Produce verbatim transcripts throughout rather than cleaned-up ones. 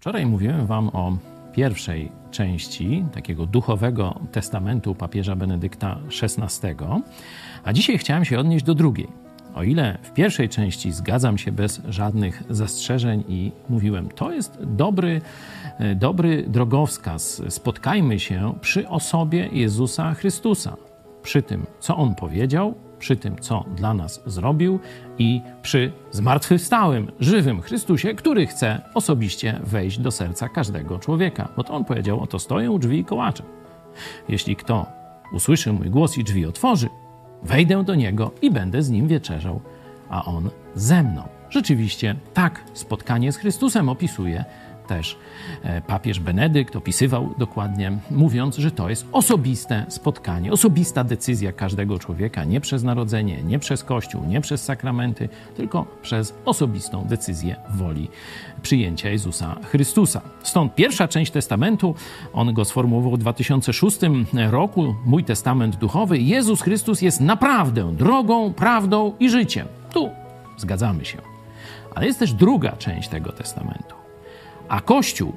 Wczoraj mówiłem wam o pierwszej części takiego duchowego testamentu papieża Benedykta szesnastego, a dzisiaj chciałem się odnieść do drugiej. O ile w pierwszej części zgadzam się bez żadnych zastrzeżeń i mówiłem, to jest dobry, dobry drogowskaz. Spotkajmy się przy osobie Jezusa Chrystusa, przy tym, co On powiedział, przy tym, co dla nas zrobił i przy zmartwychwstałym, żywym Chrystusie, który chce osobiście wejść do serca każdego człowieka. Bo to On powiedział, oto stoję u drzwi i kołaczę. Jeśli kto usłyszy mój głos i drzwi otworzy, wejdę do niego i będę z nim wieczerzał, a on ze mną. Rzeczywiście tak spotkanie z Chrystusem opisuje też papież Benedykt, opisywał dokładnie, mówiąc, że to jest osobiste spotkanie, osobista decyzja każdego człowieka, nie przez narodzenie, nie przez Kościół, nie przez sakramenty, tylko przez osobistą decyzję woli przyjęcia Jezusa Chrystusa. Stąd pierwsza część testamentu, on go sformułował w dwa tysiące szóstym roku, Mój Testament Duchowy. Jezus Chrystus jest naprawdę drogą, prawdą i życiem. Tu zgadzamy się. Ale jest też druga część tego testamentu. A Kościół,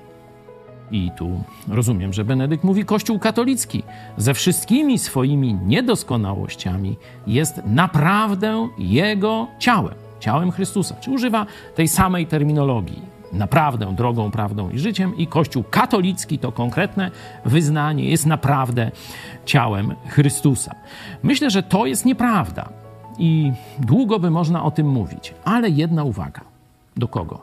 i tu rozumiem, że Benedykt mówi Kościół katolicki, ze wszystkimi swoimi niedoskonałościami jest naprawdę Jego ciałem, ciałem Chrystusa. Czy używa tej samej terminologii, naprawdę drogą, prawdą i życiem, i Kościół katolicki, to konkretne wyznanie, jest naprawdę ciałem Chrystusa. Myślę, że to jest nieprawda i długo by można o tym mówić, ale jedna uwaga. Do kogo?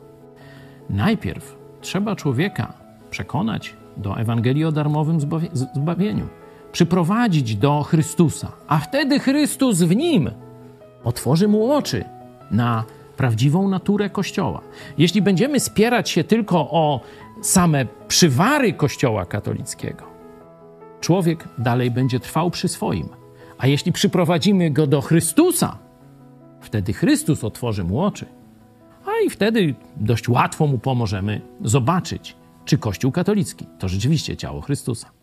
Najpierw trzeba człowieka przekonać do Ewangelii o darmowym zbawieniu, przyprowadzić do Chrystusa, a wtedy Chrystus w nim otworzy mu oczy na prawdziwą naturę Kościoła. Jeśli będziemy spierać się tylko o same przywary Kościoła katolickiego, człowiek dalej będzie trwał przy swoim. A jeśli przyprowadzimy go do Chrystusa, wtedy Chrystus otworzy mu oczy. A i wtedy dość łatwo mu pomożemy zobaczyć, czy Kościół katolicki to rzeczywiście ciało Chrystusa.